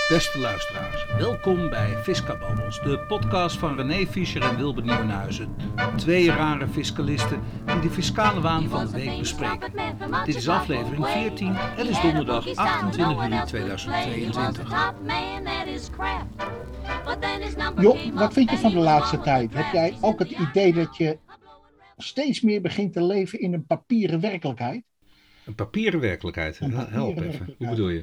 Beste luisteraars, welkom bij Fiscababbels, de podcast van René Fischer en Wilbert Nieuwenhuizen. Twee rare fiscalisten die de fiscale waan van de week bespreken. Dit is aflevering 14, het is donderdag 28 juli 2022. Joh, wat vind je van de laatste tijd? Heb jij ook het idee dat je steeds meer begint te leven in een papieren werkelijkheid? Een papieren werkelijkheid, help even. Hoe bedoel je?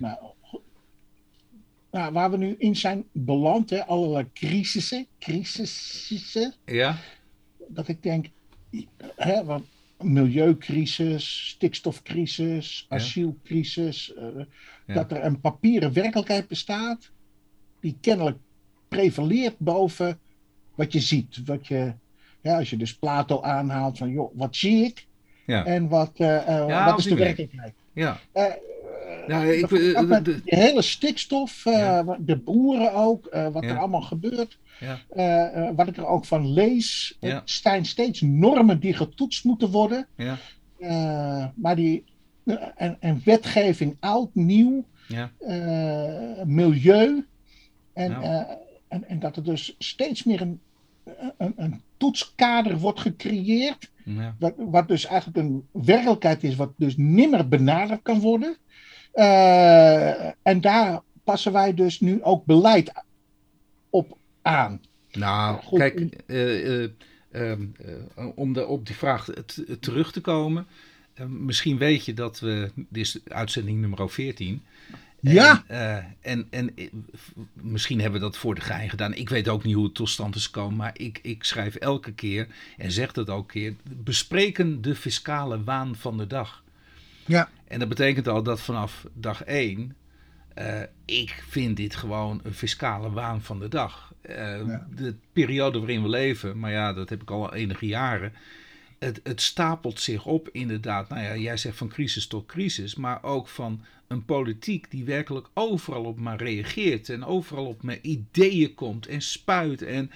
Nou, waar we nu in zijn beland, hè, allerlei crisissen. Ja? Dat ik denk, wat milieucrisis, stikstofcrisis, asielcrisis. Dat er een papieren werkelijkheid bestaat die kennelijk prevaleert boven wat je ziet. Als je dus Plato aanhaalt van, joh, wat zie ik? Ja. En wat is de werkelijkheid? Ja. De hele stikstof, de boeren ook, wat er allemaal gebeurt. Ja. Wat ik er ook van lees. Het zijn steeds normen die getoetst moeten worden. Ja. Maar en wetgeving oud, nieuw. Ja. Milieu. En dat er dus steeds meer een toetskader wordt gecreëerd. Ja. Wat dus eigenlijk een werkelijkheid is, wat dus nimmer benaderd kan worden. En daar passen wij dus nu ook beleid op aan. Nou, goed, kijk, om op die vraag terug te komen. Misschien weet je dat dit is uitzending nummer 14. Ja. En misschien hebben we dat voor de gein gedaan. Ik weet ook niet hoe het tot stand is gekomen. Maar ik schrijf elke keer en zeg dat ook keer. Bespreken de fiscale waan van de dag. Ja. En dat betekent al dat vanaf dag 1... ik vind dit gewoon een fiscale waan van de dag. De periode waarin we leven, maar ja, dat heb ik al enige jaren. Het stapelt zich op inderdaad. Nou ja, jij zegt van crisis tot crisis, maar ook van een politiek die werkelijk overal op maar reageert en overal op mijn ideeën komt en spuit en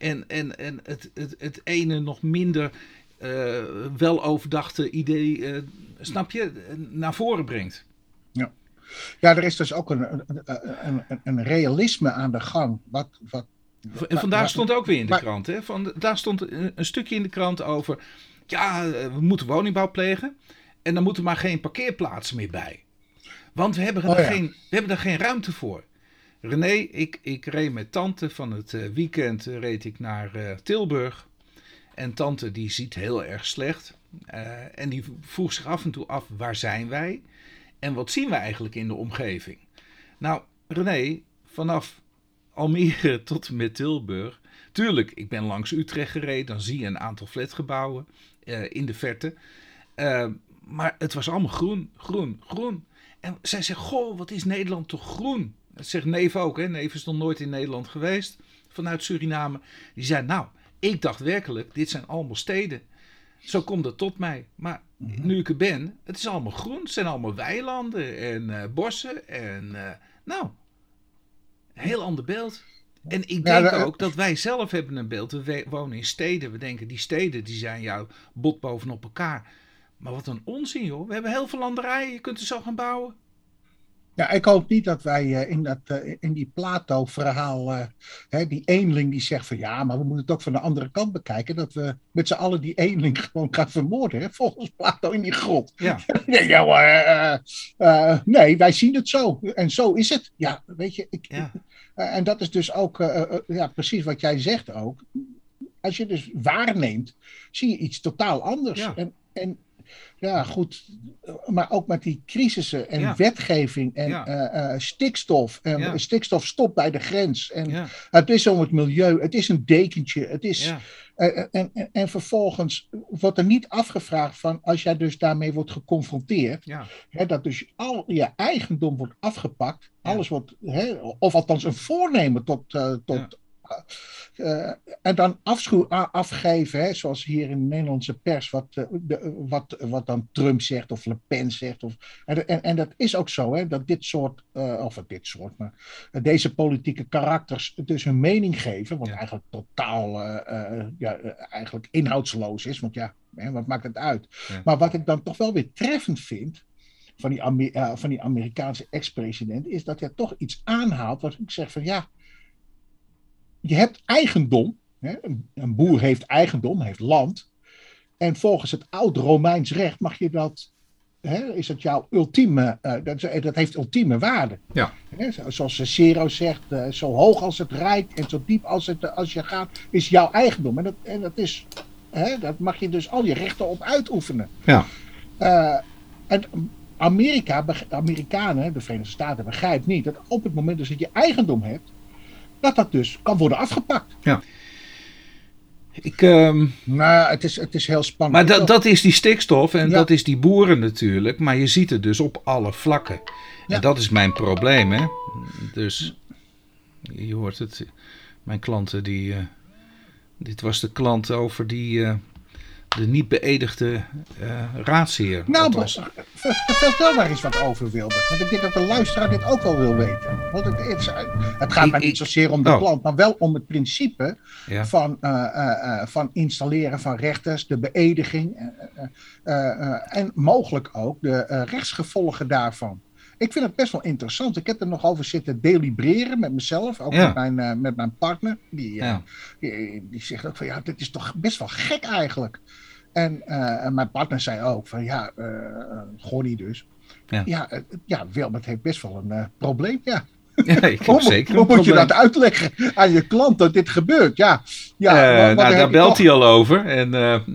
het ene nog minder wel overdachte idee, snap je, naar voren brengt. Ja, er is dus ook een realisme aan de gang. En vandaag stond ook weer in de krant. Hè? Daar stond een stukje in de krant over. Ja, we moeten woningbouw plegen. En dan moeten maar geen parkeerplaatsen meer bij. Want we hebben daar geen ruimte voor. René, ik reed met tante van het weekend reed ik naar Tilburg. En tante die ziet heel erg slecht. En die vroeg zich af en toe af, waar zijn wij? En wat zien we eigenlijk in de omgeving? Nou, René, vanaf Almere tot en met Tilburg. Tuurlijk, ik ben langs Utrecht gereden. Dan zie je een aantal flatgebouwen in de verte. Maar het was allemaal groen. En zij zegt, goh, wat is Nederland toch groen? Dat zegt neef ook, hè. Neef is nog nooit in Nederland geweest. Vanuit Suriname. Die zei, nou, ik dacht werkelijk, dit zijn allemaal steden. Zo komt het tot mij. Maar nu ik er ben, het is allemaal groen. Het zijn allemaal weilanden en bossen. En heel ander beeld. En ik denk ook dat wij zelf hebben een beeld. We wonen in steden. We denken, die steden die zijn jou bot bovenop elkaar. Maar wat een onzin, joh. We hebben heel veel landerijen. Je kunt er zo gaan bouwen. Ja, ik hoop niet dat wij in die Plato-verhaal, die eenling die zegt van ja, maar we moeten het ook van de andere kant bekijken, dat we met z'n allen die eenling gewoon gaan vermoorden, hè, volgens Plato in die grot. Ja. Nee, wij zien het zo. En zo is het. Ja, weet je. En dat is dus ook precies wat jij zegt ook. Als je dus waarneemt, zie je iets totaal anders. Ja. En ja, goed. Maar ook met die crisissen en wetgeving en stikstof. En stikstof stopt bij de grens. En het is om het milieu. Het is een dekentje. Het is, en vervolgens wordt er niet afgevraagd van als jij dus daarmee wordt geconfronteerd. Dat dus al je eigendom wordt afgepakt. Alles wordt, of althans een voornemen tot en dan afgeven, hè, zoals hier in de Nederlandse pers, wat dan Trump zegt of Le Pen zegt. En dat is ook zo, hè, dat maar deze politieke karakters dus hun mening geven, wat eigenlijk totaal eigenlijk inhoudsloos is, want wat maakt het uit? Maar wat ik dan toch wel weer treffend vind, van die Amerikaanse ex-president, is dat hij toch iets aanhaalt wat ik zeg van ja, je hebt eigendom. Hè? Een boer heeft eigendom, heeft land. En volgens het oud-Romeins recht mag je dat, is dat jouw ultieme, dat heeft ultieme waarde. Ja. Zoals Cicero zegt, zo hoog als het reikt en zo diep als je gaat, is jouw eigendom. En dat is, dat mag je dus al je rechten op uitoefenen. Ja. En de Amerikanen, de Verenigde Staten, begrijpt niet dat op het moment dat je eigendom hebt, dat dus kan worden afgepakt. Ja. Nou, het is heel spannend. Maar dat is die stikstof en dat is die boeren natuurlijk. Maar je ziet het dus op alle vlakken. Ja. En dat is mijn probleem, hè. Dus, je hoort het. Mijn klanten dit was de klant over de niet beëdigde raadsheer. Nou, vertel daar eens wat over, Wilbert. Want ik denk dat de luisteraar dit ook wel wil weten. Want het gaat mij niet zozeer om de klant, maar wel om het principe van installeren van rechters, de beëdiging en mogelijk ook de rechtsgevolgen daarvan. Ik vind het best wel interessant. Ik heb er nog over zitten delibereren met mezelf, ook met mijn partner. Die zegt ook van ja, dit is toch best wel gek eigenlijk. En mijn partner zei ook van Gordy dus. Wilbert heeft best wel een probleem, ja. Ja, ik heb zeker hoe moet je dat uitleggen aan je klant dat dit gebeurt? Daar belt hij al over. En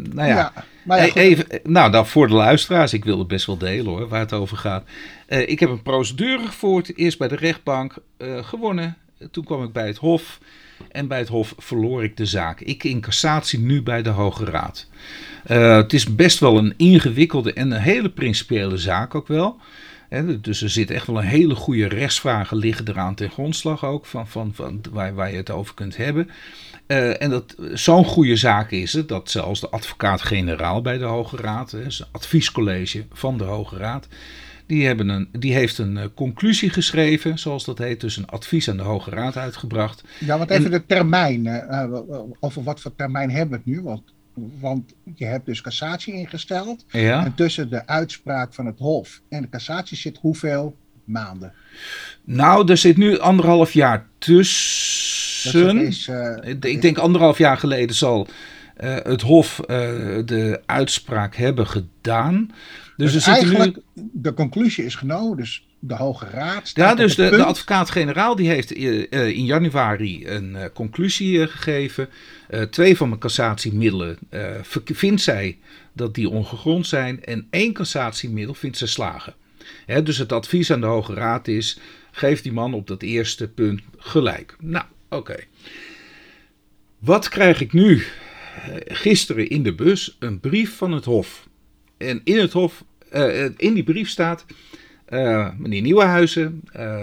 even, voor de luisteraars, ik wil het best wel delen hoor, waar het over gaat. Ik heb een procedure gevoerd, eerst bij de rechtbank, gewonnen. Toen kwam ik bij het Hof. En bij het Hof verloor ik de zaak. Ik in cassatie nu bij de Hoge Raad. Het is best wel een ingewikkelde en een hele principiële zaak ook wel. Dus er zit echt wel een hele goede rechtsvragen liggen eraan ten grondslag ook. Van waar je het over kunt hebben. En zo'n goede zaak is het dat zelfs de advocaat-generaal bij de Hoge Raad, het adviescollege van de Hoge Raad, die heeft een conclusie geschreven, zoals dat heet, dus een advies aan de Hoge Raad uitgebracht. Ja, want even de termijn, over wat voor termijn hebben we het nu? Want je hebt dus cassatie ingesteld. Ja. En tussen de uitspraak van het Hof en de cassatie zit hoeveel maanden? Nou, er zit nu 1,5 jaar tussen. Ik denk 1,5 jaar geleden zal het Hof de uitspraak hebben gedaan. Dus eigenlijk, de conclusie is genomen, dus de Hoge Raad... Ja, dus de advocaat-generaal die heeft in januari een conclusie gegeven. 2 van mijn cassatiemiddelen vindt zij dat die ongegrond zijn. En 1 cassatiemiddel vindt ze slagen. Dus het advies aan de Hoge Raad is, geef die man op dat eerste punt gelijk. Nou, oké. Wat krijg ik nu? Gisteren in de bus een brief van het Hof. En in het Hof, in die brief staat, meneer Nieuwenhuizen,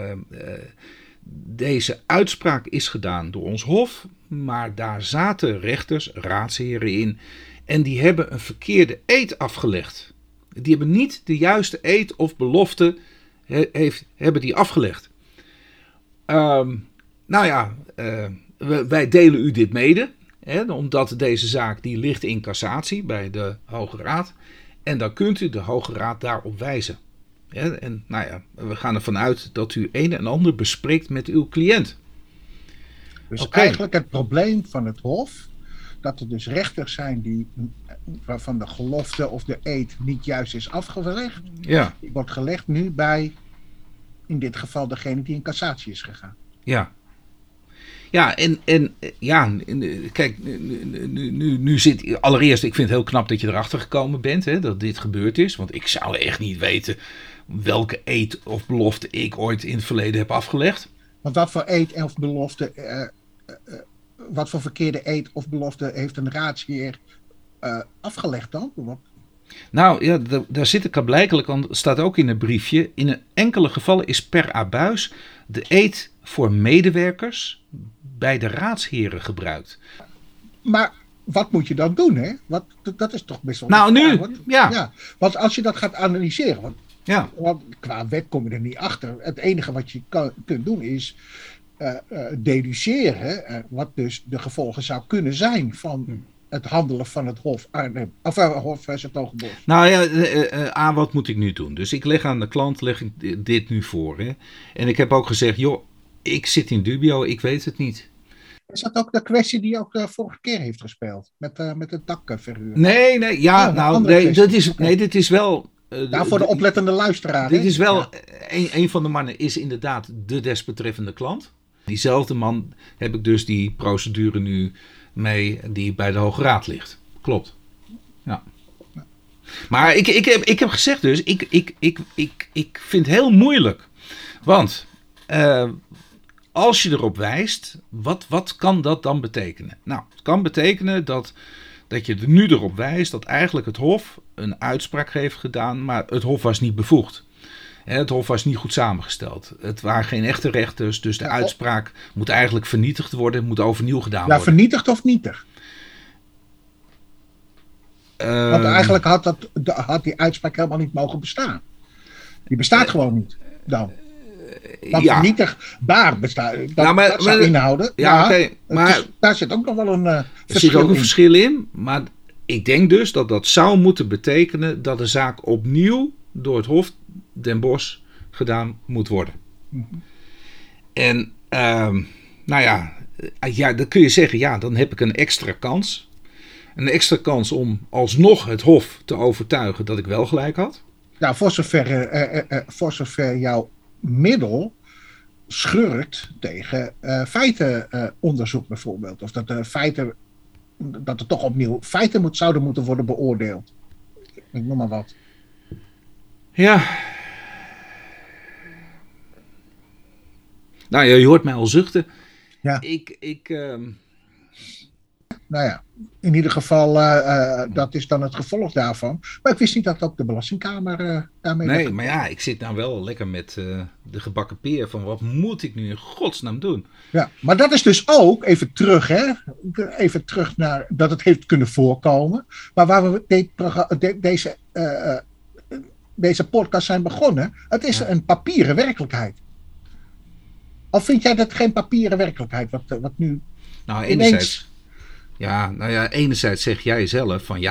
deze uitspraak is gedaan door ons Hof, maar daar zaten rechters, raadsheren in, en die hebben een verkeerde eed afgelegd. Die hebben niet de juiste eed of belofte hebben die afgelegd. Wij delen u dit mede. Omdat deze zaak die ligt in cassatie bij de Hoge Raad. En dan kunt u de Hoge Raad daarop wijzen. En we gaan ervan uit dat u een en ander bespreekt met uw cliënt. Dus eigenlijk het probleem van het Hof, dat er dus rechters zijn waarvan de gelofte of de eed niet juist is afgelegd. Ja. Die wordt gelegd nu bij, in dit geval, degene die in cassatie is gegaan. Ja. Ja, kijk, nu zit... Allereerst, ik vind het heel knap dat je erachter gekomen bent, dat dit gebeurd is. Want ik zou echt niet weten welke eed of belofte ik ooit in het verleden heb afgelegd. Want wat voor eed of belofte... wat voor verkeerde eed of belofte heeft een raadsheer afgelegd dan? Nou ja, daar zit ik blijkbaar, want staat ook in een briefje. In een enkele gevallen is per abuis de eed voor medewerkers bij de raadsheren gebruikt. Maar wat moet je dan doen, hè? Dat is toch best wel... Nou, nu, ja. Want als je dat gaat analyseren, want qua wet kom je er niet achter. Het enige wat je kunt doen is deduceren wat dus de gevolgen zou kunnen zijn van het handelen van het Hof Arnhem, of Hof 's-Hertogenbosch? Nou ja, wat moet ik nu doen? Dus ik leg aan de klant dit nu voor. Hè? En ik heb ook gezegd, joh, ik zit in dubio, ik weet het niet. Is dat ook de kwestie die ook de vorige keer heeft gespeeld? Met het dakverhuur? Nee, dit is wel... voor de oplettende luisteraar. Dit is wel, een van de mannen is inderdaad de desbetreffende klant. Diezelfde man heb ik dus die procedure nu mee die bij de Hoge Raad ligt. Klopt. Ja. Maar ik heb gezegd dus, ik vind het heel moeilijk. Want als je erop wijst, wat kan dat dan betekenen? Nou, het kan betekenen dat je er nu erop wijst dat eigenlijk het Hof een uitspraak heeft gedaan, maar het Hof was niet bevoegd. Het Hof was niet goed samengesteld. Het waren geen echte rechters, dus de uitspraak moet eigenlijk vernietigd worden, moet overnieuw gedaan worden. Vernietigd of nietig? Want eigenlijk had die uitspraak helemaal niet mogen bestaan. Die bestaat gewoon niet dan. Want vernietigbaar bestaat. Dat zou inhouden. Maar daar zit ook nog wel een verschil in. Er zit ook een verschil in, maar ik denk dus dat zou moeten betekenen dat de zaak opnieuw door het Hof Den Bosch gedaan moet worden. Mm-hmm. En dan kun je zeggen, dan heb ik een extra kans. Een extra kans om alsnog het Hof te overtuigen dat ik wel gelijk had. Nou, voor zover jouw middel schurkt tegen feitenonderzoek bijvoorbeeld. Of dat er toch opnieuw feiten zouden moeten worden beoordeeld. Ik noem maar wat. Ja. Nou ja, je hoort mij al zuchten. Ja. Nou ja, in ieder geval, dat is dan het gevolg daarvan. Maar ik wist niet dat ook de Belastingkamer daarmee... Nee, maar ja, ik zit nou wel lekker met de gebakken peer van wat moet ik nu in godsnaam doen? Ja, maar dat is dus ook, even terug naar dat het heeft kunnen voorkomen. Maar waar we deze podcast zijn begonnen, het is een papieren werkelijkheid. Of vind jij dat geen papieren werkelijkheid? Wat nu nou, enerzijds... enerzijds zeg jij zelf van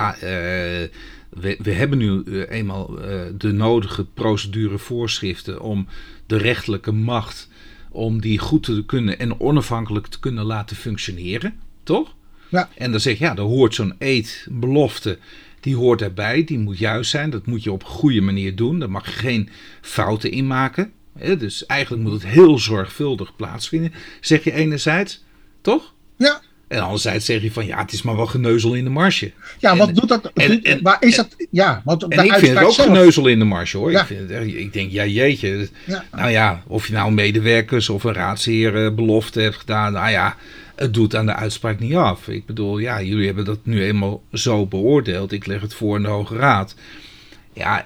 we hebben nu eenmaal de nodige procedurevoorschriften om de rechterlijke macht, om die goed te kunnen en onafhankelijk te kunnen laten functioneren, toch? Ja. En dan zeg je, daar hoort zo'n belofte, die hoort erbij, die moet juist zijn, dat moet je op een goede manier doen, daar mag je geen fouten in maken. Dus eigenlijk moet het heel zorgvuldig plaatsvinden, zeg je enerzijds, toch? Ja. En anderzijds zeg je van het is maar wel geneuzel in de marge. Ja, wat doet dat? Waar is dat? Ja, want en ik vind het ook geneuzel in de marge hoor. Ja. Ik denk, jeetje. Ja. Nou ja, of je nou een medewerkers of een raadsheer belofte hebt gedaan. Nou ja, het doet aan de uitspraak niet af. Ik bedoel, jullie hebben dat nu eenmaal zo beoordeeld. Ik leg het voor in de Hoge Raad. Ja,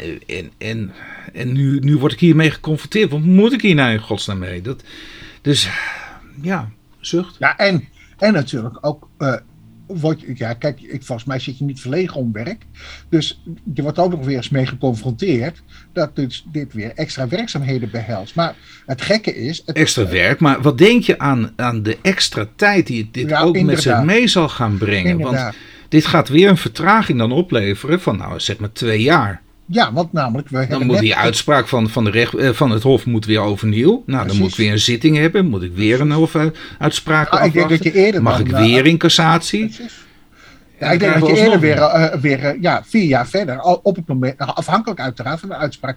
en nu word ik hiermee geconfronteerd. Wat moet ik hier nou in godsnaam mee? Dus, zucht. Ja, en natuurlijk ook, volgens mij zit je niet verlegen om werk. Dus je wordt ook nog weer eens mee geconfronteerd dat dus dit weer extra werkzaamheden behelst. Maar het gekke is... Extra werk, maar wat denk je aan de extra tijd die dit ook met zich mee zal gaan brengen? Inderdaad. Want dit gaat weer een vertraging dan opleveren van zeg maar 2 jaar. Ja, want namelijk... Dan moet die uitspraak van het Hof moet weer overnieuw. Nou, dan moet ik weer een zitting hebben. Moet ik weer een hofuitspraak afwachten. Ik denk dat je eerder mag ik weer in cassatie? Precies. Ja, ik denk dat je eerder weer 4 jaar verder, op het moment, afhankelijk uiteraard van de uitspraak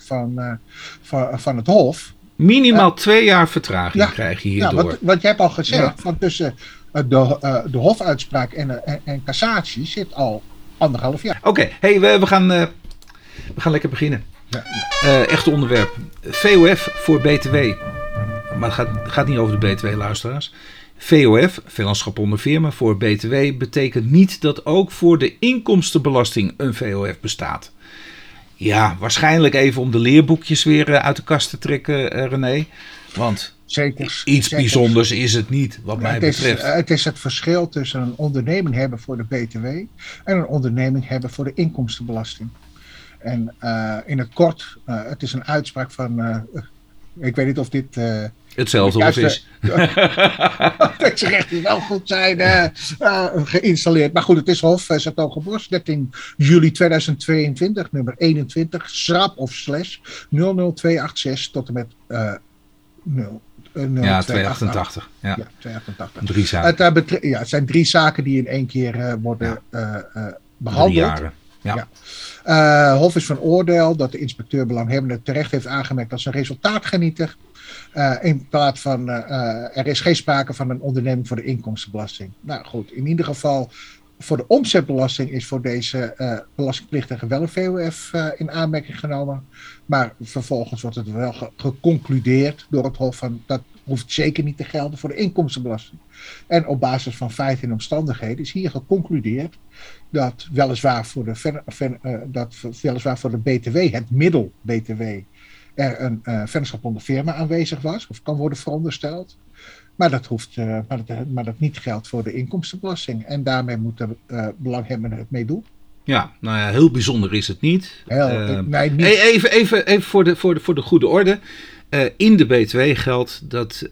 van het Hof. Minimaal 2 jaar vertraging krijg je hierdoor. Ja, want jij hebt al gezegd, van tussen de hofuitspraak en cassatie zit al 1,5 jaar. Oké, we gaan lekker beginnen. Ja. Echt onderwerp. VOF voor BTW. Maar het gaat niet over de BTW-luisteraars. VOF, vennootschap onder firma, voor BTW betekent niet dat ook voor de inkomstenbelasting een VOF bestaat. Ja, waarschijnlijk even om de leerboekjes weer uit de kast te trekken, René. Want iets bijzonders is het niet, wat mij betreft. Het is het verschil tussen een onderneming hebben voor de BTW en een onderneming hebben voor de inkomstenbelasting. En in het kort, het is een uitspraak van Ik weet niet of dit... hetzelfde Hof is. Deze rechten wel goed zijn geïnstalleerd. Maar goed, het is Hof 's-Hertogenbosch, 13 juli 2022, nummer 21, schrap of slash 00286 tot en met 288. Ja, 288. 3 zaken. Het zijn 3 zaken die in één keer worden behandeld. 3 jaren. Ja. Hof is van oordeel dat de inspecteur belanghebbende terecht heeft aangemerkt als een resultaatgenieter. In plaats van, er is geen sprake van een onderneming voor de inkomstenbelasting. Nou goed, in ieder geval voor de omzetbelasting is voor deze belastingplichtige wel een VOF in aanmerking genomen. Maar vervolgens wordt het wel geconcludeerd door het Hof van dat hoeft zeker niet te gelden voor de inkomstenbelasting. En op basis van feiten en omstandigheden is hier geconcludeerd dat weliswaar voor de BTW, het middel BTW, er een vennootschap onder firma aanwezig was, of kan worden verondersteld. Maar dat niet geldt voor de inkomstenbelasting. En daarmee moet de belanghebbende het mee doen. Ja, nou ja, heel bijzonder is het niet. Niet. Even voor de goede orde. In de BTW geldt dat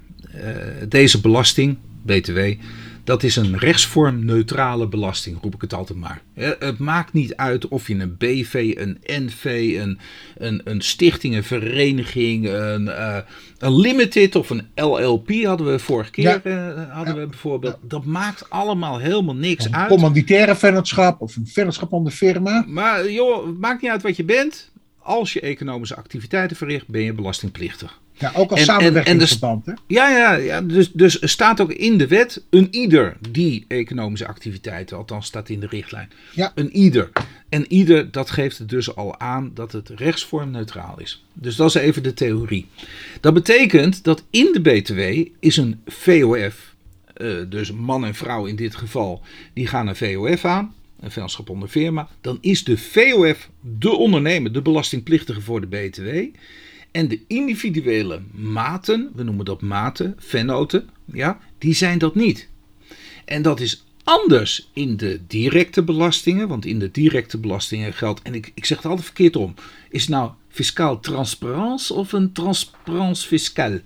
deze belasting, BTW, dat is een rechtsvormneutrale belasting, roep ik het altijd maar. Het maakt niet uit of je een BV, een NV, een stichting, een vereniging, een limited of een LLP hadden we vorige keer bijvoorbeeld. Dat maakt allemaal helemaal niks uit. Een commanditaire vennootschap of een vennootschap onder firma. Maar joh, het maakt niet uit wat je bent. Als je economische activiteiten verricht, ben je belastingplichtig. Ja, ook als samenwerkingsverband. Hè? Ja, dus er staat ook in de wet een ieder die economische activiteiten, althans staat in de richtlijn. Ja. Een ieder. En ieder, dat geeft het dus al aan dat het rechtsvormneutraal is. Dus dat is even de theorie. Dat betekent dat in de BTW is een VOF, dus man en vrouw in dit geval, die gaan een VOF aan. Een vennootschap onder firma. Dan is de VOF de ondernemer, de belastingplichtige voor de BTW. En de individuele maten, we noemen dat maten, vennoten, ja, die zijn dat niet. En dat is anders in de directe belastingen, want in de directe belastingen geldt, en ik zeg het altijd verkeerd om, is het nou fiscaal transparance of een transparance fiscaal?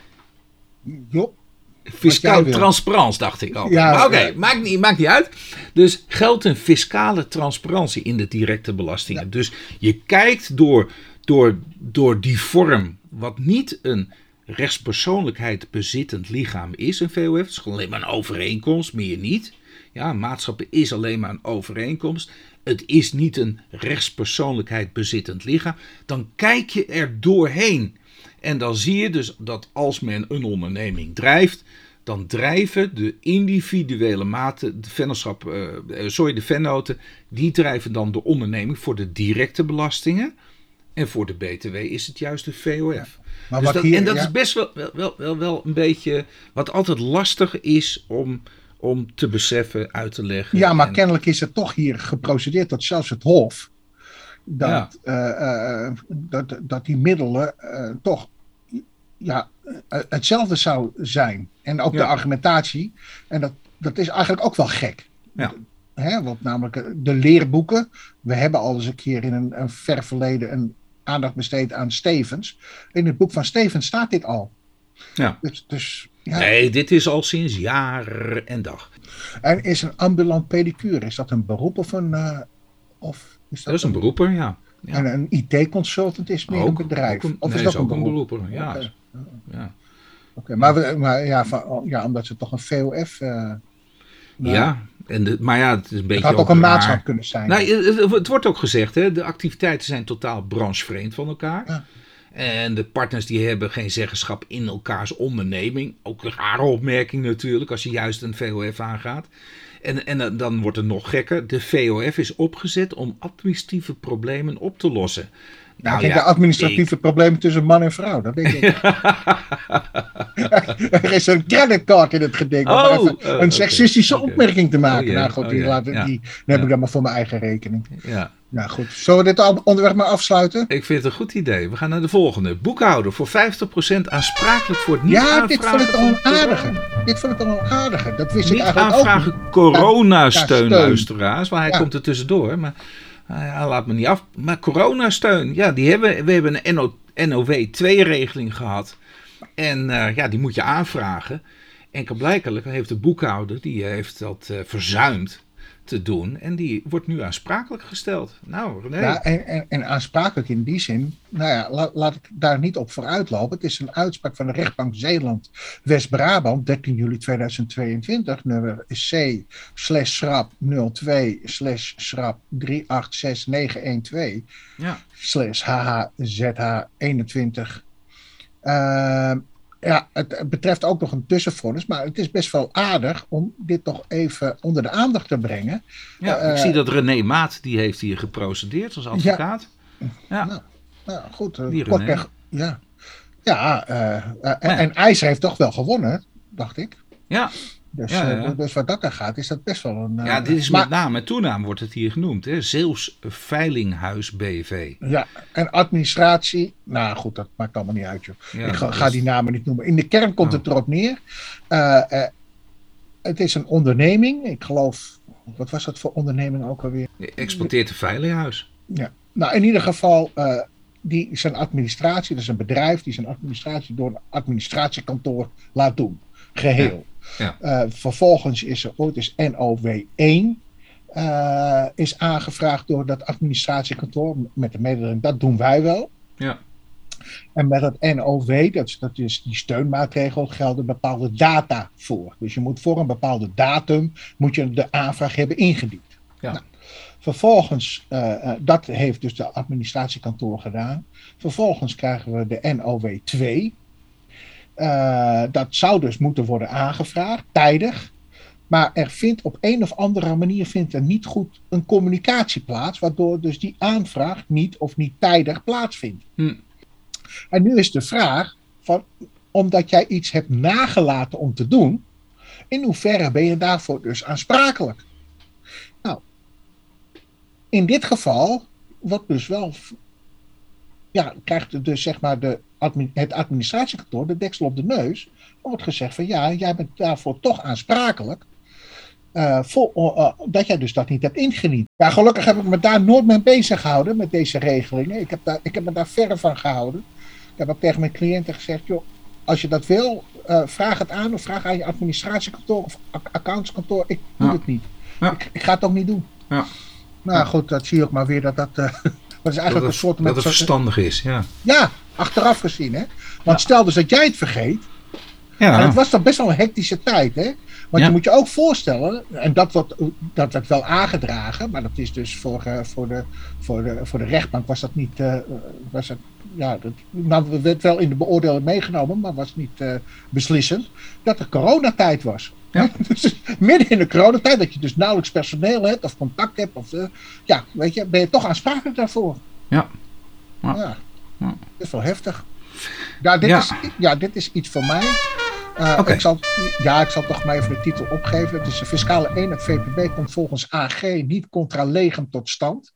Jo. Fiscaal transparance, dacht ik al. Ja, maar oké, maakt niet uit. Dus geldt een fiscale transparantie in de directe belastingen. Ja. Dus je kijkt door die vorm, wat niet een rechtspersoonlijkheid bezittend lichaam is, een VOF. Het is gewoon alleen maar een overeenkomst, meer niet. Ja, een maatschappij is alleen maar een overeenkomst. Het is niet een rechtspersoonlijkheid bezittend lichaam. Dan kijk je er doorheen. En dan zie je dus dat als men een onderneming drijft, dan drijven de individuele maten, de vennoten, die drijven dan de onderneming voor de directe belastingen. En voor de BTW is het juist de VOF. Ja, dus dat is best wel een beetje wat altijd lastig is om te beseffen, uit te leggen. Ja, maar kennelijk is er toch hier geprocedeerd dat zelfs het Hof dat die middelen toch hetzelfde zou zijn. En ook de argumentatie. En dat is eigenlijk ook wel gek. Ja. Want namelijk de leerboeken. We hebben al eens een keer in een ver verleden een aandacht besteed aan Stevens. In het boek van Stevens staat dit al. Ja. Dus, nee, dit is al sinds jaar en dag. En is een ambulant pedicure, is dat een beroep of een... dat is een beroeper, ja. En een IT-consultant is meer een bedrijf? Of is dat ook een beroeper? Ja. Okay. Oké. Maar omdat ze toch een VOF... Maar het is een beetje. Het had ook een maatschap kunnen zijn. Het wordt ook gezegd, hè, de activiteiten zijn totaal branchevreemd van elkaar. Ja. En de partners die hebben geen zeggenschap in elkaars onderneming. Ook een rare opmerking natuurlijk, als je juist een VOF aangaat. En dan wordt het nog gekker. De VOF is opgezet om administratieve problemen op te lossen. De administratieve problemen tussen man en vrouw, dat denk ik. Er is een creditcard in het geding om een seksistische opmerking te maken. Die heb ik dan maar voor mijn eigen rekening. Ja. Nou goed, zullen we dit onderwerp maar afsluiten? Ik vind het een goed idee. We gaan naar de volgende. Boekhouder voor 50% aansprakelijk voor het niet aanvragen. Dit vond ik al een aardige. Dat wist ik eigenlijk aanvragen ook. Coronasteun, luisteraars. Want hij komt er tussendoor. Maar laat me niet af. Maar coronasteun, ja, we hebben een NOW-2-regeling gehad. En die moet je aanvragen. En blijkbaar heeft de boekhouder, die heeft dat verzuimd te doen. En die wordt nu aansprakelijk gesteld. Nou, René. Ja, en aansprakelijk in die zin, nou ja, laat ik daar niet op vooruit lopen. Het is een uitspraak van de rechtbank Zeeland West-Brabant, 13 juli 2022, nummer C/schrap 02/schrap 386912 /HHZH 21. Ja, het betreft ook nog een tussenvonnis, maar het is best wel aardig om dit toch even onder de aandacht te brengen. Ja, ik zie dat René Maat, die heeft hier geprocedeerd als advocaat. Ja. Nou goed, kortweg, ja. En IJzer heeft toch wel gewonnen, dacht ik. Ja. Dus wat dat er gaat, is dat best wel een... dit is met naam en toenaam wordt het hier genoemd. Hè? Zeeuws Veilinghuis BV. Ja, en administratie... Nou goed, dat maakt allemaal niet uit, joh. Ja, ik ga die namen niet noemen. In de kern komt het erop neer. Het is een onderneming. Ik geloof... Wat was dat voor onderneming ook alweer? Exploiteert een veilinghuis. Ja. Nou, in ieder geval... die zijn administratie, dat is een bedrijf... die zijn administratie door een administratiekantoor laat doen. Geheel. Ja. Vervolgens is er ooit eens NOW-1 is aangevraagd door dat administratiekantoor met de mededeling, dat doen wij wel. Ja. En met het NOW, dat is die steunmaatregel, gelden bepaalde data voor. Dus je moet voor een bepaalde datum moet je de aanvraag hebben ingediend. Ja. Nou, vervolgens, dat heeft dus de administratiekantoor gedaan. Vervolgens krijgen we de NOW-2. Dat zou dus moeten worden aangevraagd, tijdig. Maar er vindt op een of andere manier niet goed een communicatie plaats, waardoor dus die aanvraag niet tijdig plaatsvindt. En nu is de vraag, omdat jij iets hebt nagelaten om te doen, in hoeverre ben je daarvoor dus aansprakelijk? Nou, in dit geval wordt dus wel... Ja, krijgt dus zeg maar het administratiekantoor de deksel op de neus. Er wordt gezegd van ja, jij bent daarvoor toch aansprakelijk. Dat jij dus dat niet hebt ingediend. Ja, gelukkig heb ik me daar nooit mee bezig gehouden met deze regelingen. Ik heb me daar verre van gehouden. Ik heb ook tegen mijn cliënten gezegd, joh, als je dat wil, vraag het aan of vraag aan je administratiekantoor of accountskantoor. Ik doe het niet. Ja. Ik ga het ook niet doen. Ja. Nou goed, dat zie je ook maar weer dat is eigenlijk een soort... Dat het verstandig is, ja. Ja, achteraf gezien, hè. Want stel dus dat jij het vergeet. Ja. En het was toch best wel een hectische tijd, hè. Want je moet je ook voorstellen, en dat werd wel aangedragen, maar dat is dus voor de rechtbank was dat niet... dat werd wel in de beoordeling meegenomen, maar was niet beslissend, dat er coronatijd was. Ja. Dus midden in de coronatijd, dat je dus nauwelijks personeel hebt of contact hebt, weet je, ben je toch aansprakelijk daarvoor. Ja. Dat is wel heftig. Dit is iets voor mij. Okay. Ik zal toch maar even de titel opgeven. Het is de fiscale eenheid VPB komt volgens AG niet contra legem tot stand.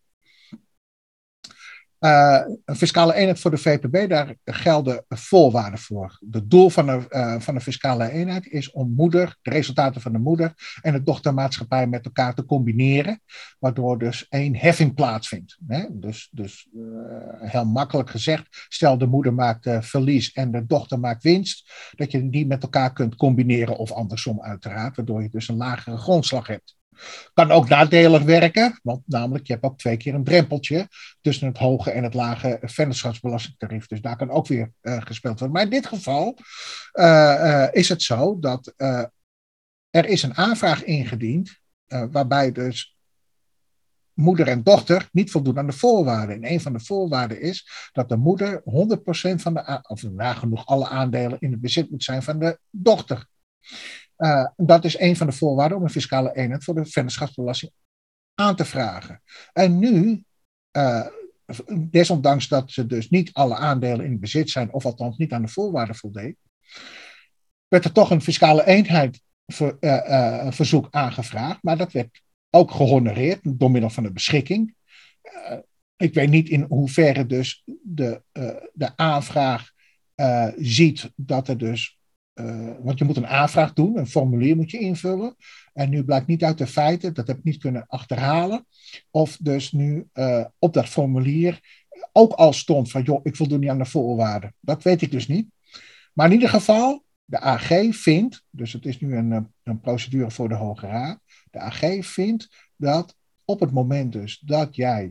Een fiscale eenheid voor de VPB, daar gelden voorwaarden voor. Het doel van de fiscale eenheid is om de resultaten van de moeder en de dochtermaatschappij met elkaar te combineren, waardoor dus één heffing plaatsvindt. Hè? Dus heel makkelijk gezegd, stel de moeder maakt verlies en de dochter maakt winst, dat je die met elkaar kunt combineren of andersom uiteraard, waardoor je dus een lagere grondslag hebt. Kan ook nadelig werken, want namelijk je hebt ook 2 keer een drempeltje tussen het hoge en het lage vennootschapsbelastingtarief. Dus daar kan ook weer gespeeld worden. Maar in dit geval is het zo dat er is een aanvraag ingediend waarbij dus moeder en dochter niet voldoen aan de voorwaarden. En een van de voorwaarden is dat de moeder 100% van of nagenoeg alle aandelen in het bezit moet zijn van de dochter. Dat is een van de voorwaarden om een fiscale eenheid voor de vennootschapsbelasting aan te vragen. En nu, desondanks dat ze dus niet alle aandelen in bezit zijn, of althans niet aan de voorwaarden voldeed, werd er toch een fiscale eenheid verzoek aangevraagd, maar dat werd ook gehonoreerd door middel van een beschikking. Ik weet niet in hoeverre dus de aanvraag ziet dat er dus want je moet een aanvraag doen, een formulier moet je invullen. En nu blijkt niet uit de feiten, dat heb ik niet kunnen achterhalen, of dus nu op dat formulier ook al stond van, joh, ik voldoen niet aan de voorwaarden. Dat weet ik dus niet. Maar in ieder geval, de AG vindt, dus het is nu een procedure voor de Hoge Raad. De AG vindt dat op het moment dus dat jij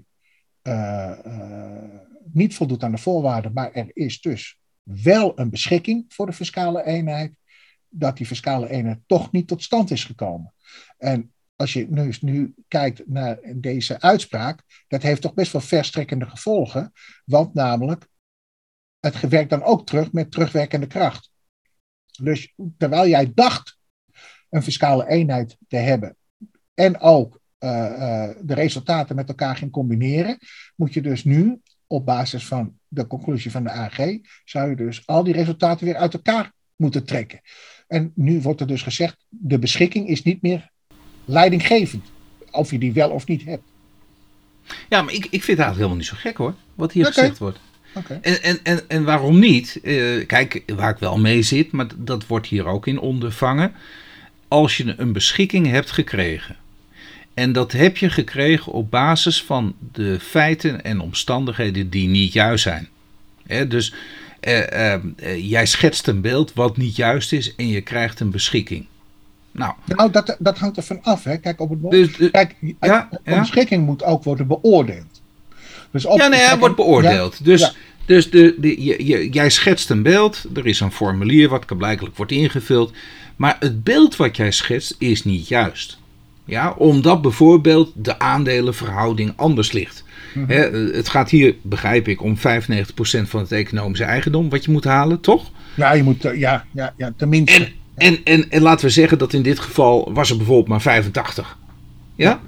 niet voldoet aan de voorwaarden, maar er is dus wel een beschikking voor de fiscale eenheid, dat die fiscale eenheid toch niet tot stand is gekomen. En als je nu kijkt naar deze uitspraak, dat heeft toch best wel verstrekkende gevolgen, want namelijk, het werkt dan ook terug met terugwerkende kracht. Dus terwijl jij dacht een fiscale eenheid te hebben en ook de resultaten met elkaar ging combineren, moet je dus nu op basis van de conclusie van de AG, zou je dus al die resultaten weer uit elkaar moeten trekken. En nu wordt er dus gezegd, de beschikking is niet meer leidinggevend. Of je die wel of niet hebt. Ja, maar ik vind het eigenlijk helemaal niet zo gek hoor, wat hier gezegd wordt. Okay. En waarom niet? Kijk, waar ik wel mee zit, maar dat wordt hier ook in ondervangen. Als je een beschikking hebt gekregen. En dat heb je gekregen op basis van de feiten en omstandigheden die niet juist zijn. Dus jij schetst een beeld wat niet juist is en je krijgt een beschikking. Nou, dat hangt er van af. Hè? Kijk, een beschikking moet ook worden beoordeeld. Dus wordt beoordeeld. Ja, dus jij schetst een beeld. Er is een formulier wat blijkbaar wordt ingevuld. Maar het beeld wat jij schetst is niet juist. Ja, omdat bijvoorbeeld de aandelenverhouding anders ligt. Mm-hmm. Het gaat hier, begrijp ik, om 95% van het economische eigendom wat je moet halen, toch? Ja, je moet, tenminste. En laten we zeggen dat in dit geval was er bijvoorbeeld maar 85. Ja?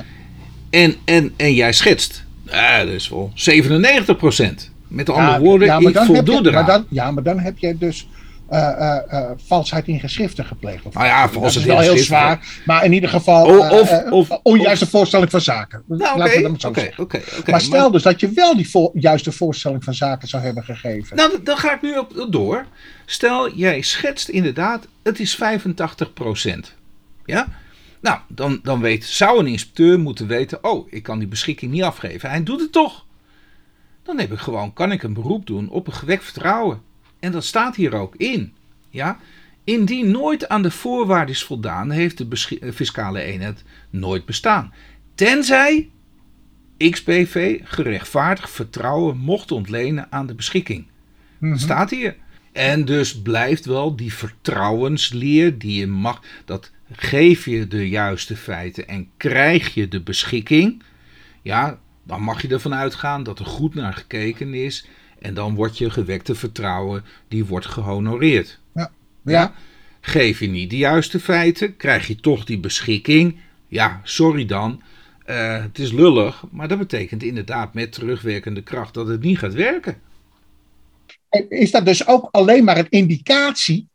En jij schetst, dat is wel 97%. Met andere woorden, ik voldoe eraan. Maar dan heb je dus valsheid in geschriften gepleegd. Nou ja, dat is wel heel zwaar. Maar in ieder geval onjuiste voorstelling van zaken. Oké. Maar stel dus dat je wel die juiste voorstelling van zaken zou hebben gegeven. Nou, dan ga ik nu op door. Stel, jij schetst inderdaad, het is 85%. Ja? Nou, dan zou een inspecteur moeten weten, ik kan die beschikking niet afgeven. Hij doet het toch. Dan kan ik een beroep doen op een gewekt vertrouwen. En dat staat hier ook in. Ja? Indien nooit aan de voorwaarden is voldaan, heeft de fiscale eenheid nooit bestaan. Tenzij XBV gerechtvaardigd vertrouwen mocht ontlenen aan de beschikking. Dat staat hier. En dus blijft wel die vertrouwensleer die je mag. Dat geef je de juiste feiten en krijg je de beschikking. Ja, dan mag je ervan uitgaan dat er goed naar gekeken is. En dan wordt je gewekte vertrouwen, die wordt gehonoreerd. Ja. Geef je niet de juiste feiten, krijg je toch die beschikking. Ja, sorry dan. Het is lullig, maar dat betekent inderdaad met terugwerkende kracht dat het niet gaat werken. Is dat dus ook alleen maar een indicatie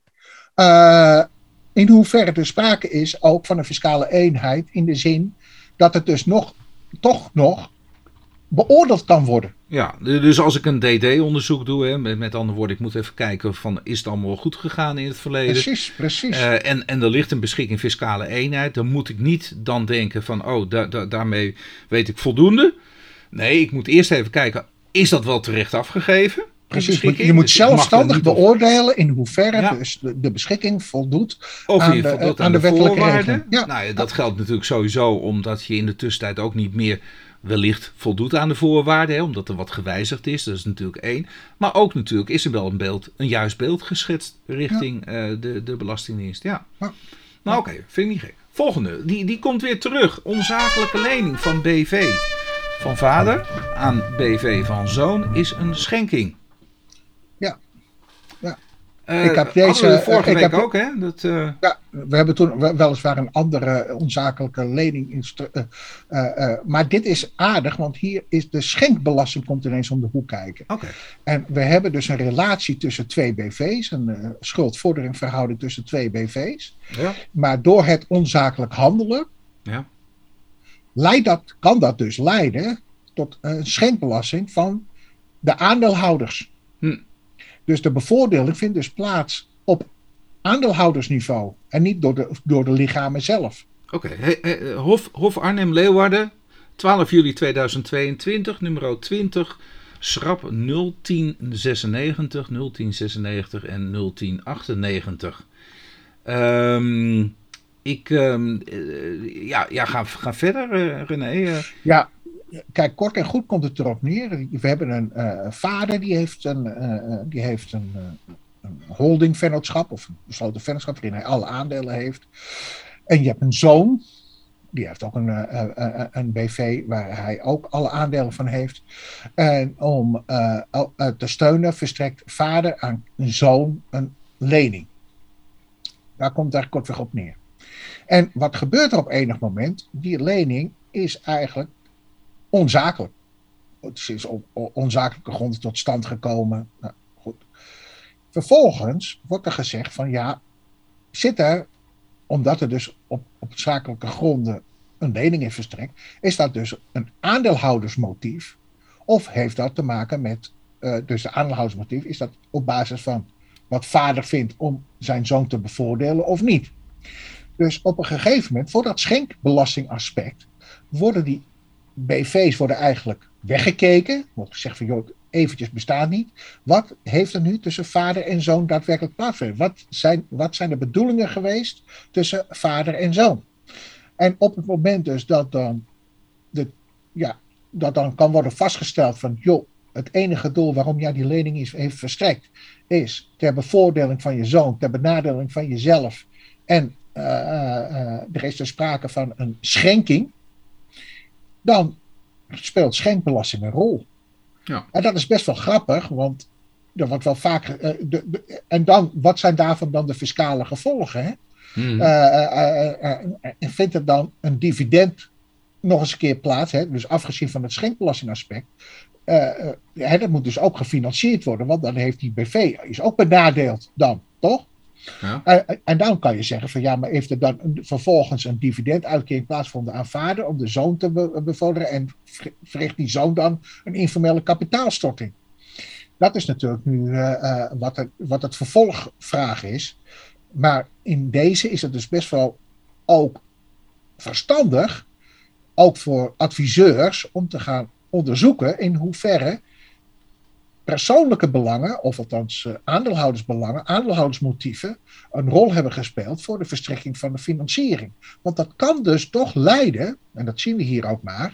in hoeverre er sprake is ook van een fiscale eenheid in de zin dat het dus toch nog beoordeeld kan worden? Ja, dus als ik een DD-onderzoek doe, met andere woorden, ik moet even kijken van is het allemaal goed gegaan in het verleden. Precies. En er ligt een beschikking fiscale eenheid, dan moet ik niet dan denken van daarmee weet ik voldoende. Nee, ik moet eerst even kijken, is dat wel terecht afgegeven? Precies, je moet zelfstandig beoordelen in hoeverre dus de beschikking voldoet aan de wettelijke regeling. Ja. Nou ja, dat geldt natuurlijk sowieso omdat je in de tussentijd ook niet meer wellicht voldoet aan de voorwaarden, omdat er wat gewijzigd is. Dat is natuurlijk één. Maar ook natuurlijk is er wel een juist beeld geschetst richting de Belastingdienst. Ja. Nou oké, vind ik niet gek. Volgende, die komt weer terug. Onzakelijke lening van BV van vader aan BV van zoon is een schenking. Ik heb deze vorige week ook, hè? Ja, we hebben toen weliswaar een andere onzakelijke lening. Maar dit is aardig, want hier is de schenkbelasting komt ineens om de hoek kijken. Okay. En we hebben dus een relatie tussen twee BV's, een schuldvorderingverhouding tussen twee BV's. Ja. Maar door het onzakelijk handelen kan dat dus leiden tot een schenkbelasting van de aandeelhouders. Dus de bevoordeling vindt dus plaats op aandeelhoudersniveau en niet door de lichamen zelf. Oké. Hof Arnhem-Leeuwarden, 12 juli 2022, nummer 20, schrap 01096, 01096 en 01098. Ga verder, René. Ja, kijk, kort en goed komt het erop neer. We hebben een vader die heeft een holdingvennootschap of een besloten vennootschap waarin hij alle aandelen heeft. En je hebt een zoon, die heeft ook een BV waar hij ook alle aandelen van heeft. En om te steunen verstrekt vader aan een zoon een lening. Daar komt daar kortweg op neer. En wat gebeurt er op enig moment? Die lening is eigenlijk onzakelijk. Het is op onzakelijke gronden tot stand gekomen. Nou, goed. Vervolgens wordt er gezegd van ja, zit er, omdat er dus op zakelijke gronden een lening is verstrekt, is dat dus een aandeelhoudersmotief? Of heeft dat te maken met, dus de aandeelhoudersmotief, is dat op basis van wat vader vindt om zijn zoon te bevoordelen of niet? Dus op een gegeven moment, voor dat schenkbelastingaspect, worden die BV's eigenlijk weggekeken. Wordt gezegd van, joh, eventjes bestaat niet. Wat heeft er nu tussen vader en zoon daadwerkelijk plaatsgevonden? Wat zijn de bedoelingen geweest tussen vader en zoon? En op het moment dus dat dan kan worden vastgesteld van, joh, het enige doel waarom jij die lening heeft verstrekt, is ter bevoordeling van je zoon, ter benadeling van jezelf. En er is dus sprake van een schenking. Dan speelt schenkbelasting een rol. Ja. En dat is best wel grappig, want er wordt wel vaak. En dan, wat zijn daarvan dan de fiscale gevolgen? Hè? Vindt er dan een dividend nog eens een keer plaats? Hè? Dus afgezien van het schenkbelastingaspect. Dat moet dus ook gefinancierd worden, want dan heeft die BV is ook benadeeld dan, toch? Ja. En dan kan je zeggen van ja, maar heeft er dan vervolgens een dividenduitkering plaatsgevonden aan vader om de zoon te bevorderen en verricht die zoon dan een informele kapitaalstorting? Dat is natuurlijk nu wat het vervolgvraag is. Maar in deze is het dus best wel ook verstandig, ook voor adviseurs, om te gaan onderzoeken in hoeverre persoonlijke belangen, of althans aandeelhoudersbelangen, aandeelhoudersmotieven, een rol hebben gespeeld voor de verstrekking van de financiering. Want dat kan dus toch leiden, en dat zien we hier ook maar,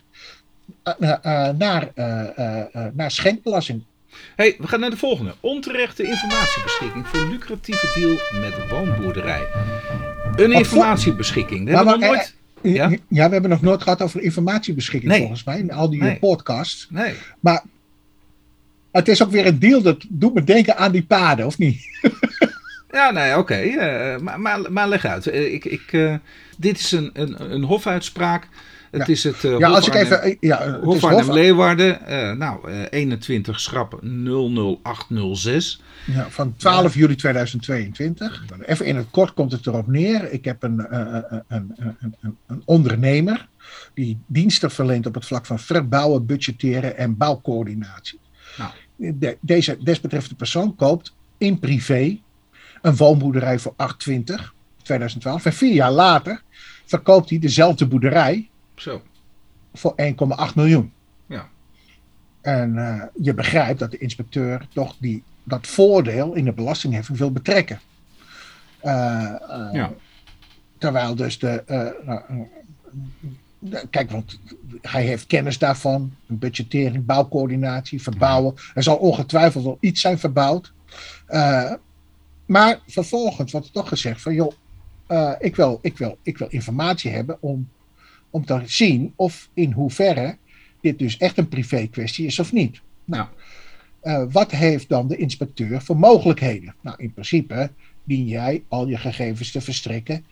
naar schenkbelasting. Hey, we gaan naar de volgende. Onterechte informatiebeschikking voor lucratieve deal met woonboerderij. Een informatiebeschikking. We hebben nog nooit gehad over informatiebeschikking volgens mij, in al die podcasts. Nee. Maar het is ook weer een deal dat doet me denken aan die paden, of niet? Ja, nee, oké. Maar leg uit. Dit is een hofuitspraak. Het is het Hof Arnhem-Leeuwarden. 21 schrap 00806. Ja, van 12 juli 2022. Even in het kort komt het erop neer. Ik heb een ondernemer die diensten verleent op het vlak van verbouwen, budgetteren en bouwcoördinatie. Nou. Deze desbetreffende persoon koopt in privé een woonboerderij voor 820 2012. En 4 jaar later verkoopt hij dezelfde boerderij voor 1,8 miljoen. Ja. En je begrijpt dat de inspecteur toch dat voordeel in de belastingheffing wil betrekken. Terwijl dus kijk, want hij heeft kennis daarvan. Budgettering, bouwcoördinatie, verbouwen. Er zal ongetwijfeld wel iets zijn verbouwd. Maar vervolgens wordt er toch gezegd van, joh, ik wil informatie hebben om te zien of in hoeverre dit dus echt een privé kwestie is of niet. Nou, wat heeft dan de inspecteur voor mogelijkheden? Nou, in principe dien jij al je gegevens te verstrekken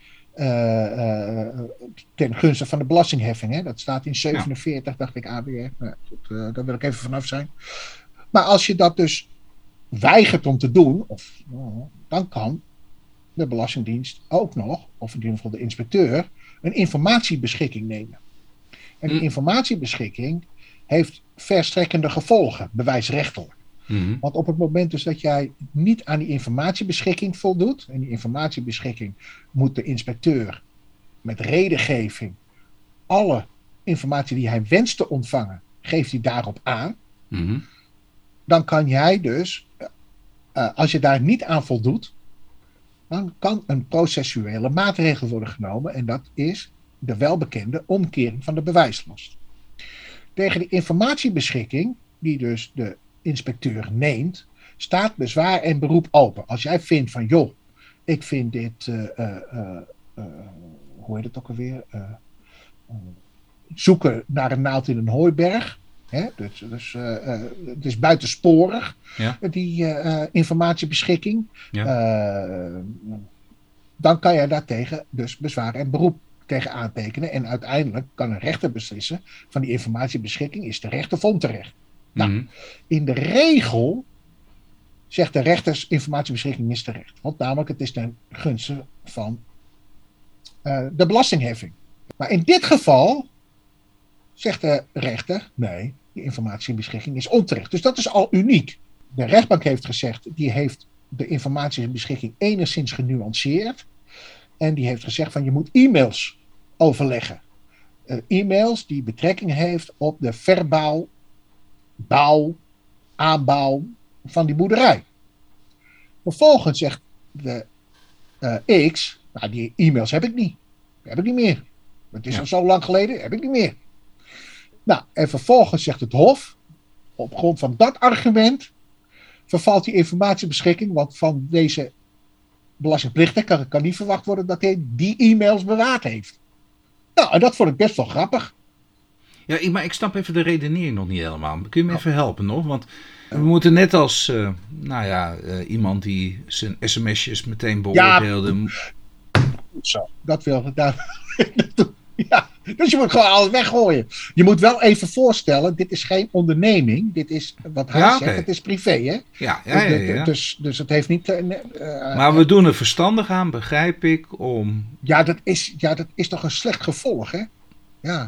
ten gunste van de belastingheffing. Hè? Dat staat in 47, dacht ik, ABR. Nou, goed, daar wil ik even vanaf zijn. Maar als je dat dus weigert om te doen, dan kan de Belastingdienst ook nog, of in ieder geval de inspecteur, een informatiebeschikking nemen. En die informatiebeschikking heeft verstrekkende gevolgen, bewijsrechtelijk. Mm-hmm. Want op het moment dus dat jij niet aan die informatiebeschikking voldoet, en die informatiebeschikking moet de inspecteur met redengeving alle informatie die hij wenst te ontvangen, geeft hij daarop aan. Mm-hmm. dan kan jij dus, als je daar niet aan voldoet, dan kan een processuele maatregel worden genomen. En dat is de welbekende omkering van de bewijslast. Tegen de informatiebeschikking, die dus de inspecteur neemt, staat bezwaar en beroep open. Als jij vindt van, joh, ik vind dit, hoe heet het ook alweer? Zoeken naar een naald in een hooiberg. Hè? Dus het is buitensporig, die informatiebeschikking. Ja. Dan kan je daartegen dus bezwaar en beroep tegen aantekenen. En uiteindelijk kan een rechter beslissen van die informatiebeschikking is terecht of onterecht. Nou, in de regel zegt de rechter informatiebeschikking is terecht. Want namelijk het is ten gunste van de belastingheffing. Maar in dit geval zegt de rechter, nee, die informatiebeschikking is onterecht. Dus dat is al uniek. De rechtbank heeft gezegd, die heeft de informatiebeschikking enigszins genuanceerd. En die heeft gezegd van je moet e-mails overleggen. E-mails die betrekking heeft op de verbouw, bouw, aanbouw van die boerderij. Vervolgens zegt de X, nou die e-mails heb ik niet. Heb ik niet meer. Het is al zo lang geleden, heb ik niet meer. Nou, en vervolgens zegt het Hof, op grond van dat argument, vervalt die informatiebeschikking, want van deze belastingplichtige kan niet verwacht worden dat hij die e-mails bewaard heeft. Nou, en dat vond ik best wel grappig. Ja, maar ik snap even de redenering nog niet helemaal. Kun je me even helpen nog? Want we moeten net als iemand die zijn sms'jes meteen beoordeelde. Ja, zo, dat wil ik daar. Ja, dus je moet gewoon alles weggooien. Je moet wel even voorstellen, dit is geen onderneming. Dit is wat hij zegt, het is privé, hè? Ja. Dus het heeft niet... maar we doen er verstandig aan, begrijp ik, om... Ja, dat is toch een slecht gevolg, hè? Ja.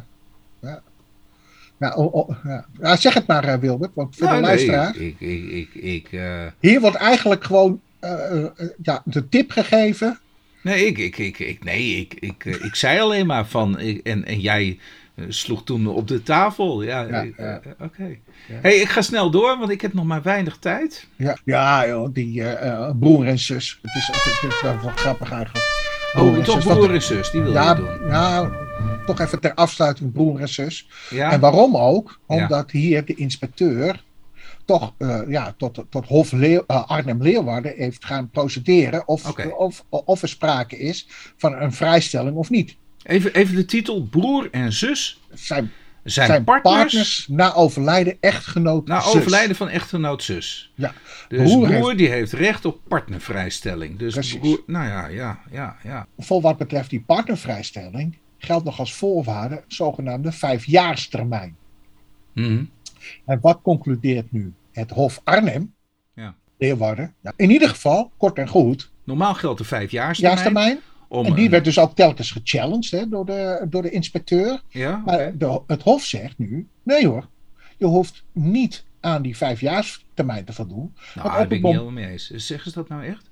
Ja, zeg het maar, Wilbert, want voor de luisteraar... Hier wordt eigenlijk gewoon de tip gegeven... Nee, ik zei alleen maar van... En jij sloeg toen op de tafel. Oké. Ja. Hey, ik ga snel door, want ik heb nog maar weinig tijd. Ja joh, die broer en zus. Het is wel grappig eigenlijk. Broer en zus, die wil je doen. Ja, toch even ter afsluiting broer en zus. Ja. En waarom ook? Omdat hier de inspecteur... toch tot Hof Arnhem-Leeuwarden heeft gaan procederen of er sprake is van een vrijstelling of niet. Even de titel, broer en zus zijn partners na overlijden echtgenoot zus. Overlijden van echtgenoot zus. Ja. Dus broer die heeft recht op partnervrijstelling. Dus broer, ja. Voor wat betreft die partnervrijstelling geldt nog als voorwaarde zogenaamde 5-jaarstermijn. Mm-hmm. En wat concludeert nu het Hof Arnhem? Leeuwarden. Ja, in ieder geval, kort en goed. Normaal geldt de 5-jaarstermijn. En die werd dus ook telkens gechallenged door de inspecteur. Ja, maar het Hof zegt nu, nee hoor, je hoeft niet aan die 5-jaarstermijn te voldoen. Nou, daar ben ik niet helemaal mee eens. Zeggen ze dat nou echt?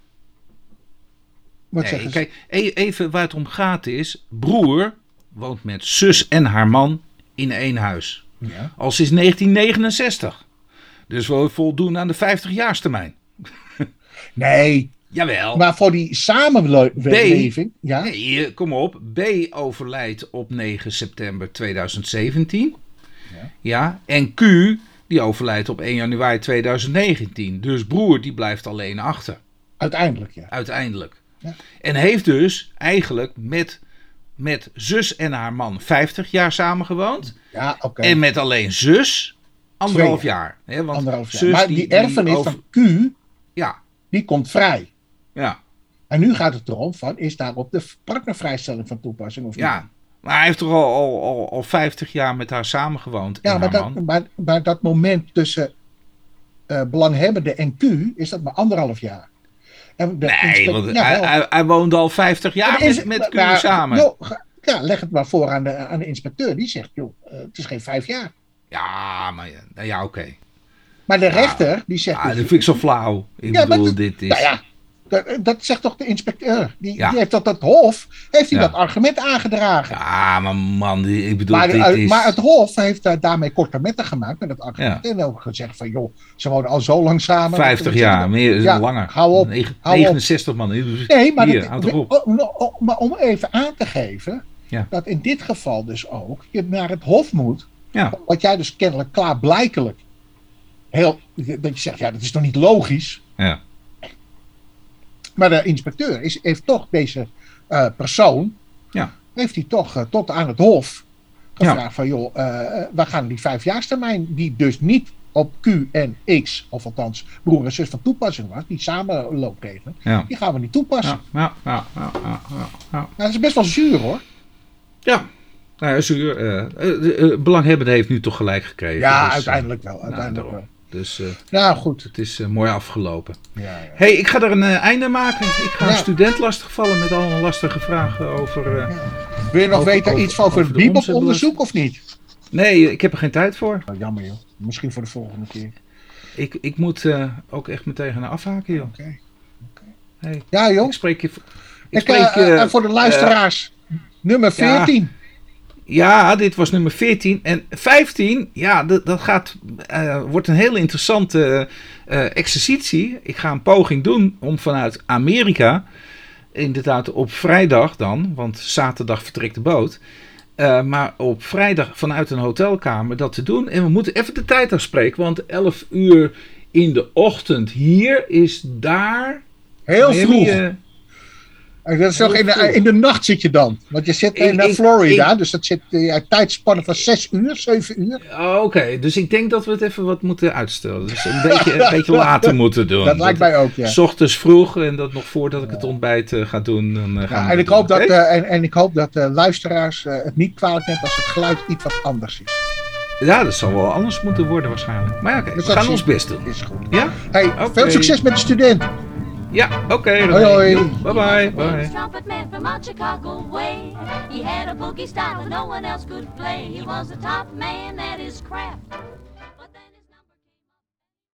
Wat zeggen ze? Kijk, even waar het om gaat is, broer woont met zus en haar man in één huis. Ja. Al sinds 1969. Dus we voldoen aan de 50-jaarstermijn. Nee. Jawel. Maar voor die samenleving... Nee, kom op. B overlijdt op 9 september 2017. Ja. En Q die overlijdt op 1 januari 2019. Dus broer die blijft alleen achter. Uiteindelijk, ja. Uiteindelijk. Ja. En heeft dus eigenlijk met zus en haar man 50 jaar samengewoond. Ja, oké. En met alleen zus 1,5 jaar. Hè, want 1,5 jaar. Zus, maar die erfenis van Q, die komt vrij. Ja. En nu gaat het erom van, is daarop de partnervrijstelling van toepassing of niet? Ja, maar hij heeft toch al 50 jaar met haar samengewoond. Ja, maar dat moment tussen belanghebbende en Q, is dat maar 1,5 jaar. Want hij woonde al 50 jaar met Q samen. Ja, leg het maar voor aan de inspecteur. Die zegt, joh, het is geen 5 jaar. Ja, maar oké. Maar de rechter, die zegt... dat vind ik zo flauw. Ik bedoel, dit is... Nou ja, Dat zegt toch de inspecteur. Die heeft dat Hof heeft hij dat argument aangedragen. Ja, maar man, ik bedoel... Maar het Hof heeft daarmee korte gemaakt met het argument. En ook gezegd van, joh, ze wonen al zo lang samen. 50 jaar, meer langer. Hou op. 69 man. Nee, maar om even aan te geven... dat in dit geval dus ook je naar het Hof moet. Ja. Wat jij dus kennelijk klaarblijkelijk... dat je zegt, dat is toch niet logisch? Ja. Maar de inspecteur heeft toch deze persoon... heeft hij toch tot aan het Hof gevraagd van... joh, we gaan die 5-jaarstermijn... die dus niet op Q en X... of althans broer en zus van toepassing was... die samenloopregelen... die gaan we niet toepassen. Ja. Dat is best wel zuur, hoor. Ja. Nou ja, zuur. Belanghebbende heeft nu toch gelijk gekregen. Ja, dus, uiteindelijk wel. Wel. Dus goed. Het is mooi afgelopen. Ja. Hey, ik ga er een einde maken. Ik ga een student lastigvallen met allemaal lastige vragen over... Wil je nog weten iets over het Bibelonderzoek of niet? Nee, ik heb er geen tijd voor. Oh, jammer joh. Misschien voor de volgende keer. Ik moet ook echt meteen gaan afhaken joh. Oké. Hey, ja joh. Ik spreek je... En voor de luisteraars, nummer 14. Ja, dit was nummer 14. En 15, dat wordt een hele interessante exercitie. Ik ga een poging doen om vanuit Amerika, inderdaad op vrijdag dan, want zaterdag vertrekt de boot. Maar op vrijdag vanuit een hotelkamer dat te doen. En we moeten even de tijd afspreken, want 11 uur in de ochtend hier is daar... Heel vroeg. Dat is ook in de nacht zit je dan. Want je zit in Florida, dus dat zit tijdspannen van 6 uur, 7 uur. Oké, dus ik denk dat we het even wat moeten uitstellen. Dus een beetje later moeten doen. Dat lijkt mij ook, ja. 's Ochtends vroeg en dat nog voordat ik het ontbijt ga doen. Dan gaan we ik hoop dat de luisteraars het niet kwalijk nemen als het geluid iets wat anders is. Ja, dat zal wel anders moeten worden waarschijnlijk. Maar oké, we gaan ons best doen. Is goed. Ja? Hey, veel succes met de student. Ja, oké. Hoi. Bye. Trumpet man from out Chicago way. He had a boogie style that no one else could play. He was the top man at his craft.